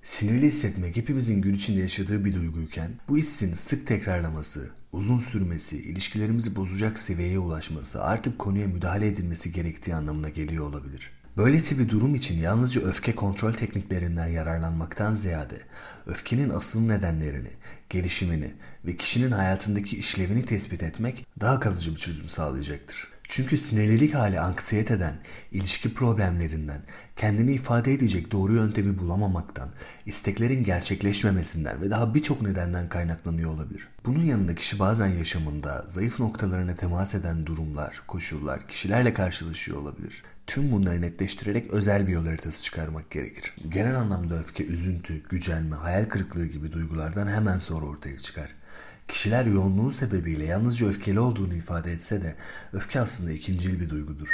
Sinirli hissetmek hepimizin gün içinde yaşadığı bir duyguyken bu hissin sık tekrarlaması, uzun sürmesi, ilişkilerimizi bozacak seviyeye ulaşması artık konuya müdahale edilmesi gerektiği anlamına geliyor olabilir. Böylesi bir durum için yalnızca öfke kontrol tekniklerinden yararlanmaktan ziyade öfkenin asıl nedenlerini, gelişimini ve kişinin hayatındaki işlevini tespit etmek daha kalıcı bir çözüm sağlayacaktır. Çünkü sinirlilik hali anksiyeteden, ilişki problemlerinden, kendini ifade edecek doğru yöntemi bulamamaktan, isteklerin gerçekleşmemesinden ve daha birçok nedenden kaynaklanıyor olabilir. Bunun yanında kişi bazen yaşamında zayıf noktalarına temas eden durumlar, koşullar, kişilerle karşılaşıyor olabilir. Tüm bunları netleştirerek özel bir yol haritası çıkarmak gerekir. Genel anlamda öfke, üzüntü, gücenme, hayal kırıklığı gibi duygulardan hemen sonra ortaya çıkar. Kişiler yoğunluğu sebebiyle yalnızca öfkeli olduğunu ifade etse de öfke aslında ikincil bir duygudur.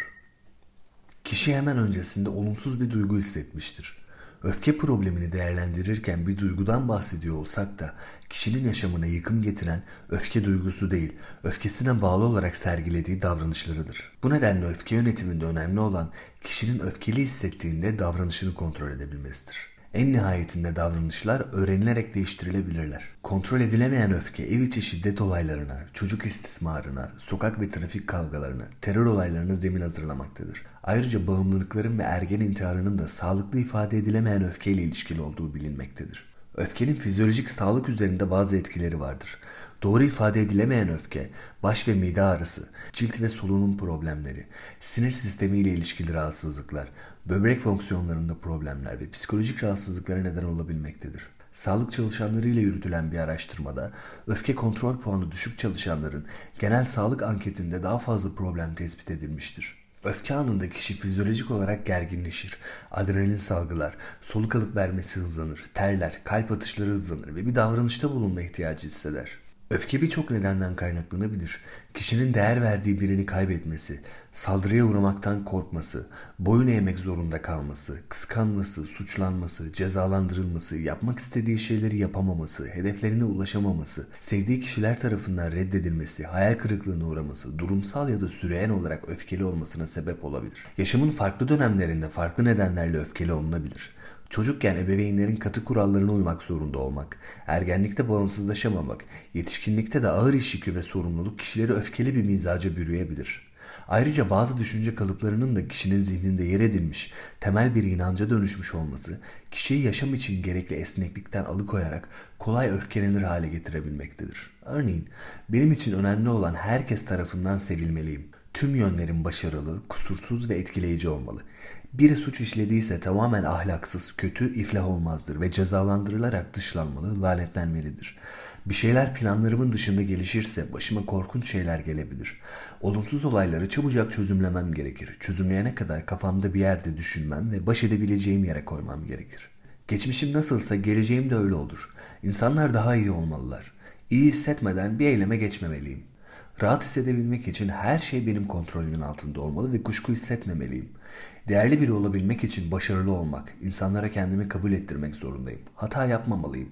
Kişi hemen öncesinde olumsuz bir duygu hissetmiştir. Öfke problemini değerlendirirken bir duygudan bahsediyor olsak da kişinin yaşamına yıkım getiren öfke duygusu değil, öfkesine bağlı olarak sergilediği davranışlarıdır. Bu nedenle öfke yönetiminde önemli olan kişinin öfkeli hissettiğinde davranışını kontrol edebilmesidir. En nihayetinde davranışlar öğrenilerek değiştirilebilirler. Kontrol edilemeyen öfke ev içi şiddet olaylarına, çocuk istismarına, sokak ve trafik kavgalarına, terör olaylarına zemin hazırlamaktadır. Ayrıca bağımlılıkların ve ergen intiharının da sağlıklı ifade edilemeyen öfkeyle ilişkili olduğu bilinmektedir. Öfkenin fizyolojik sağlık üzerinde bazı etkileri vardır. Doğru ifade edilemeyen öfke, baş ve mide ağrısı, cilt ve solunum problemleri, sinir sistemiyle ilişkili rahatsızlıklar, böbrek fonksiyonlarında problemler ve psikolojik rahatsızlıklara neden olabilmektedir. Sağlık çalışanlarıyla yürütülen bir araştırmada öfke kontrol puanı düşük çalışanların genel sağlık anketinde daha fazla problem tespit edilmiştir. Öfke anında kişi fizyolojik olarak gerginleşir, adrenalin salgılar, soluk alıp vermesi hızlanır, terler, kalp atışları hızlanır ve bir davranışta bulunma ihtiyacı hisseder. Öfke birçok nedenden kaynaklanabilir. Kişinin değer verdiği birini kaybetmesi, saldırıya uğramaktan korkması, boyun eğmek zorunda kalması, kıskanması, suçlanması, cezalandırılması, yapmak istediği şeyleri yapamaması, hedeflerine ulaşamaması, sevdiği kişiler tarafından reddedilmesi, hayal kırıklığına uğraması, durumsal ya da süreyen olarak öfkeli olmasına sebep olabilir. Yaşamın farklı dönemlerinde farklı nedenlerle öfkeli olunabilir. Çocukken ebeveynlerin katı kurallarına uymak zorunda olmak, ergenlikte bağımsızlaşamamak, yetişkinlikte de ağır iş yükü ve sorumluluk kişileri öfkeli bir mizaca bürüyebilir. Ayrıca bazı düşünce kalıplarının da kişinin zihninde yer edilmiş, temel bir inanca dönüşmüş olması, kişiyi yaşam için gerekli esneklikten alıkoyarak kolay öfkelenir hale getirebilmektedir. Örneğin, benim için önemli olan herkes tarafından sevilmeliyim. Tüm yönlerim başarılı, kusursuz ve etkileyici olmalı. Biri suç işlediyse tamamen ahlaksız, kötü, iflah olmazdır ve cezalandırılarak dışlanmalı, lanetlenmelidir. Bir şeyler planlarımın dışında gelişirse başıma korkunç şeyler gelebilir. Olumsuz olayları çabucak çözümlemem gerekir. Çözümleyene kadar kafamda bir yerde düşünmem ve baş edebileceğim yere koymam gerekir. Geçmişim nasılsa geleceğim de öyle olur. İnsanlar daha iyi olmalılar. İyi hissetmeden bir eyleme geçmemeliyim. Rahat hissedebilmek için her şey benim kontrolümün altında olmalı ve kuşku hissetmemeliyim. Değerli biri olabilmek için başarılı olmak, insanlara kendimi kabul ettirmek zorundayım. Hata yapmamalıyım.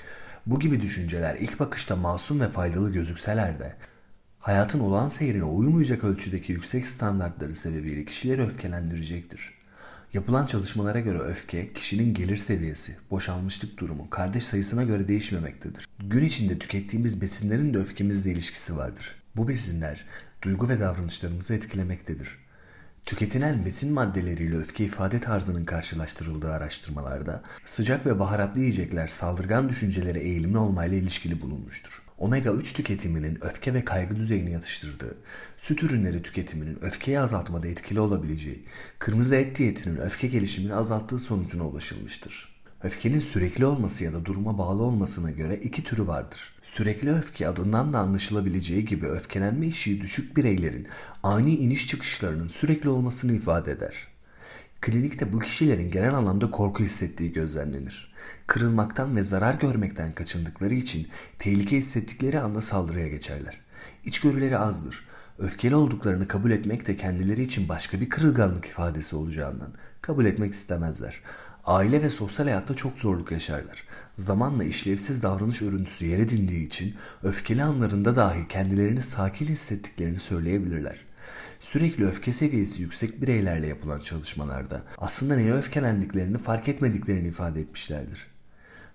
Bu gibi düşünceler ilk bakışta masum ve faydalı gözükseler de hayatın olağan seyrine uymayacak ölçüdeki yüksek standartları sebebiyle kişileri öfkelendirecektir. Yapılan çalışmalara göre öfke, kişinin gelir seviyesi, boşanmışlık durumu, kardeş sayısına göre değişmemektedir. Gün içinde tükettiğimiz besinlerin de öfkemizle ilişkisi vardır. Bu besinler duygu ve davranışlarımızı etkilemektedir. Tüketilen besin maddeleriyle öfke ifade tarzının karşılaştırıldığı araştırmalarda sıcak ve baharatlı yiyecekler saldırgan düşüncelere eğilimli olmayla ilişkili bulunmuştur. Omega 3 tüketiminin öfke ve kaygı düzeyini yatıştırdığı, süt ürünleri tüketiminin öfkeyi azaltmada etkili olabileceği, kırmızı et diyetinin öfke gelişimini azalttığı sonucuna ulaşılmıştır. Öfkenin sürekli olması ya da duruma bağlı olmasına göre iki türü vardır. Sürekli öfke adından da anlaşılabileceği gibi öfkelenme eşiği düşük bireylerin ani iniş çıkışlarının sürekli olmasını ifade eder. Klinikte bu kişilerin genel anlamda korku hissettiği gözlemlenir. Kırılmaktan ve zarar görmekten kaçındıkları için tehlike hissettikleri anda saldırıya geçerler. İçgörüleri azdır. Öfkeli olduklarını kabul etmek de kendileri için başka bir kırılganlık ifadesi olacağından kabul etmek istemezler. Aile ve sosyal hayatta çok zorluk yaşarlar. Zamanla işlevsiz davranış örüntüsü yer edindiği için öfkeli anlarında dahi kendilerini sakin hissettiklerini söyleyebilirler. Sürekli öfke seviyesi yüksek bireylerle yapılan çalışmalarda aslında neye öfkelendiklerini fark etmediklerini ifade etmişlerdir.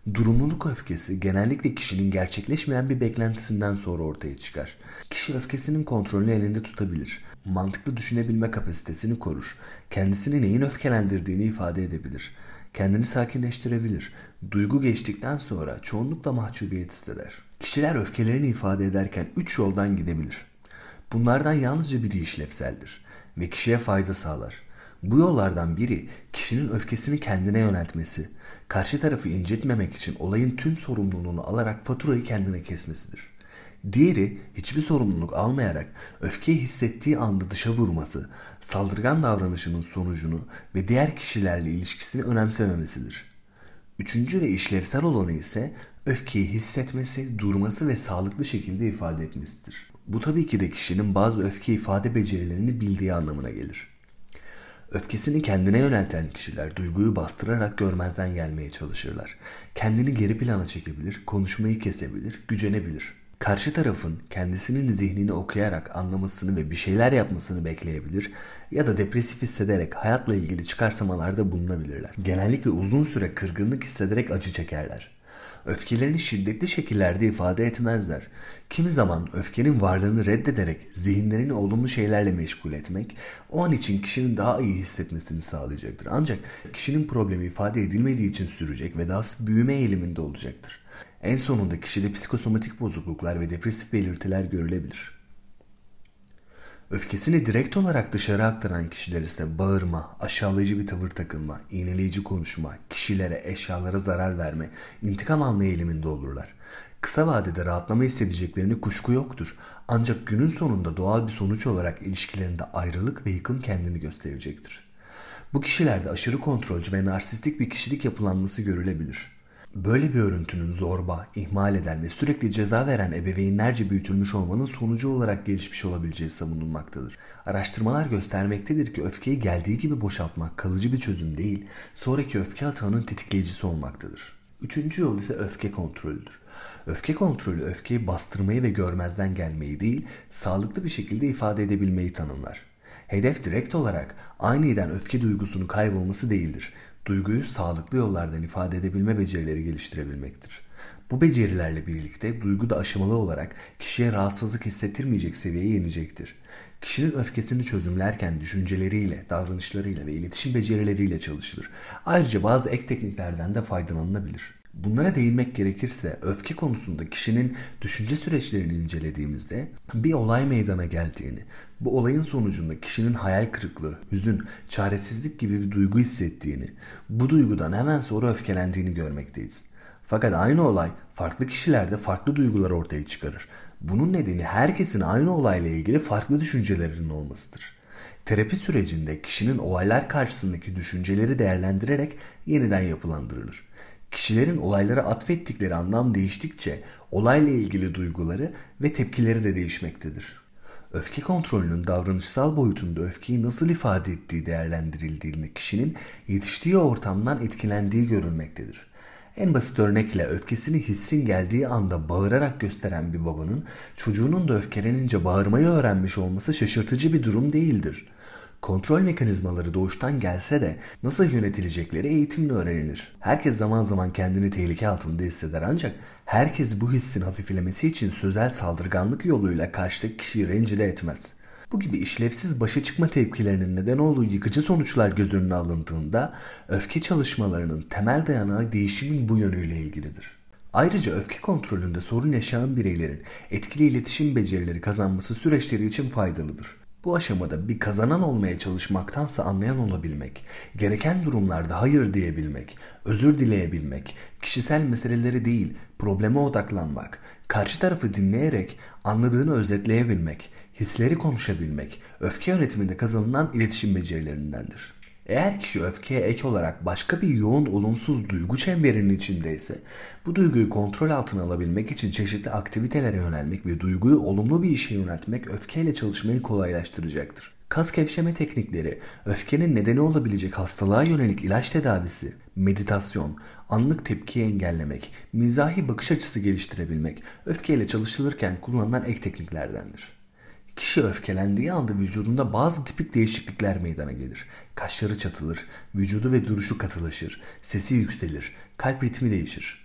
Durumluluk öfkesi genellikle kişinin gerçekleşmeyen bir beklentisinden sonra ortaya çıkar. Kişi öfkesinin kontrolünü elinde tutabilir. Mantıklı düşünebilme kapasitesini korur. Kendisini neyin öfkelendirdiğini ifade edebilir. Kendini sakinleştirebilir. Duygu geçtikten sonra çoğunlukla mahcubiyet hisseder. Kişiler öfkelerini ifade ederken 3 yoldan gidebilir. Bunlardan yalnızca biri işlevseldir ve kişiye fayda sağlar. Bu yollardan biri kişinin öfkesini kendine yöneltmesi, karşı tarafı incitmemek için olayın tüm sorumluluğunu alarak faturayı kendine kesmesidir. Diğeri hiçbir sorumluluk almayarak öfkeyi hissettiği anda dışa vurması, saldırgan davranışının sonucunu ve diğer kişilerle ilişkisini önemsememesidir. Üçüncü ve işlevsel olanı ise öfkeyi hissetmesi, durması ve sağlıklı şekilde ifade etmesidir. Bu tabii ki de kişinin bazı öfke ifade becerilerini bildiği anlamına gelir. Öfkesini kendine yönelten kişiler duyguyu bastırarak görmezden gelmeye çalışırlar. Kendini geri plana çekebilir, konuşmayı kesebilir, gücenebilir. Karşı tarafın kendisinin zihnini okuyarak anlamasını ve bir şeyler yapmasını bekleyebilir ya da depresif hissederek hayatla ilgili çıkarsamalarda bulunabilirler. Genellikle uzun süre kırgınlık hissederek acı çekerler. Öfkelerini şiddetli şekillerde ifade etmezler. Kimi zaman öfkenin varlığını reddederek zihinlerini olumlu şeylerle meşgul etmek o an için kişinin daha iyi hissetmesini sağlayacaktır. Ancak kişinin problemi ifade edilmediği için sürecek ve dahası büyüme eğiliminde olacaktır. En sonunda kişide psikosomatik bozukluklar ve depresif belirtiler görülebilir. Öfkesini direkt olarak dışarı aktaran kişiler ise bağırma, aşağılayıcı bir tavır takınma, iğneleyici konuşma, kişilere, eşyalara zarar verme, intikam alma eğiliminde olurlar. Kısa vadede rahatlama hissedeceklerine kuşku yoktur. Ancak günün sonunda doğal bir sonuç olarak ilişkilerinde ayrılık ve yıkım kendini gösterecektir. Bu kişilerde aşırı kontrolcü ve narsistik bir kişilik yapılanması görülebilir. Böyle bir örüntünün zorba, ihmal eden ve sürekli ceza veren ebeveynlerce büyütülmüş olmanın sonucu olarak gelişmiş olabileceği savunulmaktadır. Araştırmalar göstermektedir ki öfkeyi geldiği gibi boşaltmak kalıcı bir çözüm değil, sonraki öfke atağının tetikleyicisi olmaktadır. Üçüncü yol ise öfke kontrolüdür. Öfke kontrolü öfkeyi bastırmayı ve görmezden gelmeyi değil, sağlıklı bir şekilde ifade edebilmeyi tanımlar. Hedef direkt olarak aniden öfke duygusunun kaybolması değildir. Duyguyu sağlıklı yollardan ifade edebilme becerileri geliştirebilmektir. Bu becerilerle birlikte duygu da aşamalı olarak kişiye rahatsızlık hissettirmeyecek seviyeye inecektir. Kişinin öfkesini çözümlerken düşünceleriyle, davranışlarıyla ve iletişim becerileriyle çalışılır. Ayrıca bazı ek tekniklerden de faydalanılabilir. Bunlara değinmek gerekirse öfke konusunda kişinin düşünce süreçlerini incelediğimizde bir olay meydana geldiğini, bu olayın sonucunda kişinin hayal kırıklığı, hüzün, çaresizlik gibi bir duygu hissettiğini, bu duygudan hemen sonra öfkelendiğini görmekteyiz. Fakat aynı olay farklı kişilerde farklı duygular ortaya çıkarır. Bunun nedeni herkesin aynı olayla ilgili farklı düşüncelerinin olmasıdır. Terapi sürecinde kişinin olaylar karşısındaki düşünceleri değerlendirerek yeniden yapılandırılır. Kişilerin olaylara atfettikleri anlam değiştikçe olayla ilgili duyguları ve tepkileri de değişmektedir. Öfke kontrolünün davranışsal boyutunda öfkeyi nasıl ifade ettiği değerlendirildiğinde kişinin yetiştiği ortamdan etkilendiği görülmektedir. En basit örnekle öfkesini hissin geldiği anda bağırarak gösteren bir babanın çocuğunun da öfkelenince bağırmayı öğrenmiş olması şaşırtıcı bir durum değildir. Kontrol mekanizmaları doğuştan gelse de nasıl yönetilecekleri eğitimle öğrenilir. Herkes zaman zaman kendini tehlike altında hisseder ancak herkes bu hissin hafiflemesi için sözel saldırganlık yoluyla karşıdaki kişiyi rencide etmez. Bu gibi işlevsiz başa çıkma tepkilerinin neden olduğu yıkıcı sonuçlar göz önüne alındığında öfke çalışmalarının temel dayanağı değişimin bu yönüyle ilgilidir. Ayrıca öfke kontrolünde sorun yaşayan bireylerin etkili iletişim becerileri kazanması süreçleri için faydalıdır. Bu aşamada bir kazanan olmaya çalışmaktansa anlayan olabilmek, gereken durumlarda hayır diyebilmek, özür dileyebilmek, kişisel meseleleri değil probleme odaklanmak, karşı tarafı dinleyerek anladığını özetleyebilmek, hisleri konuşabilmek, öfke yönetiminde kazanılan iletişim becerilerindendir. Eğer kişi öfkeye ek olarak başka bir yoğun olumsuz duygu çemberinin içindeyse, bu duyguyu kontrol altına alabilmek için çeşitli aktivitelere yönelmek ve duyguyu olumlu bir işe yöneltmek öfkeyle çalışmayı kolaylaştıracaktır. Kas gevşeme teknikleri, öfkenin nedeni olabilecek hastalığa yönelik ilaç tedavisi, meditasyon, anlık tepkiyi engellemek, mizahi bakış açısı geliştirebilmek, öfkeyle çalışılırken kullanılan ek tekniklerdendir. Kişi öfkelendiği anda vücudunda bazı tipik değişiklikler meydana gelir. Kaşları çatılır, vücudu ve duruşu katılaşır, sesi yükselir, kalp ritmi değişir.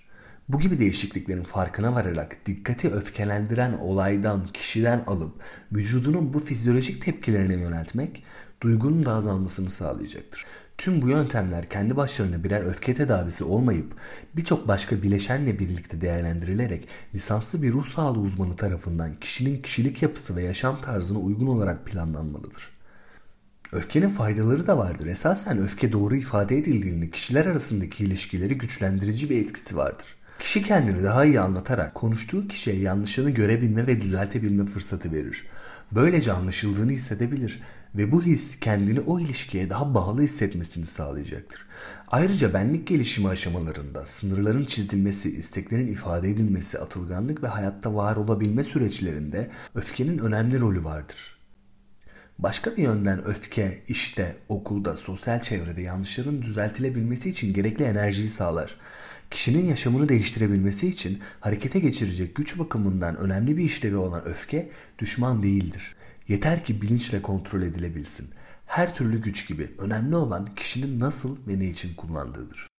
Bu gibi değişikliklerin farkına vararak dikkati öfkelendiren olaydan, kişiden alıp vücudunun bu fizyolojik tepkilerine yöneltmek duygunun da azalmasını sağlayacaktır. Tüm bu yöntemler kendi başlarına birer öfke tedavisi olmayıp birçok başka bileşenle birlikte değerlendirilerek lisanslı bir ruh sağlığı uzmanı tarafından kişinin kişilik yapısı ve yaşam tarzına uygun olarak planlanmalıdır. Öfkenin faydaları da vardır. Esasen öfke doğru ifade edildiğinde kişiler arasındaki ilişkileri güçlendirici bir etkisi vardır. Kişi kendini daha iyi anlatarak konuştuğu kişiye yanlışını görebilme ve düzeltebilme fırsatı verir. Böylece anlaşıldığını hissedebilir ve bu his kendini o ilişkiye daha bağlı hissetmesini sağlayacaktır. Ayrıca benlik gelişimi aşamalarında sınırların çizilmesi, isteklerin ifade edilmesi, atılganlık ve hayatta var olabilme süreçlerinde öfkenin önemli rolü vardır. Başka bir yönden öfke, işte, okulda, sosyal çevrede yanlışların düzeltilebilmesi için gerekli enerjiyi sağlar. Kişinin yaşamını değiştirebilmesi için harekete geçirecek güç bakımından önemli bir işlevi olan öfke düşman değildir. Yeter ki bilinçle kontrol edilebilsin. Her türlü güç gibi önemli olan kişinin nasıl ve ne için kullandığıdır.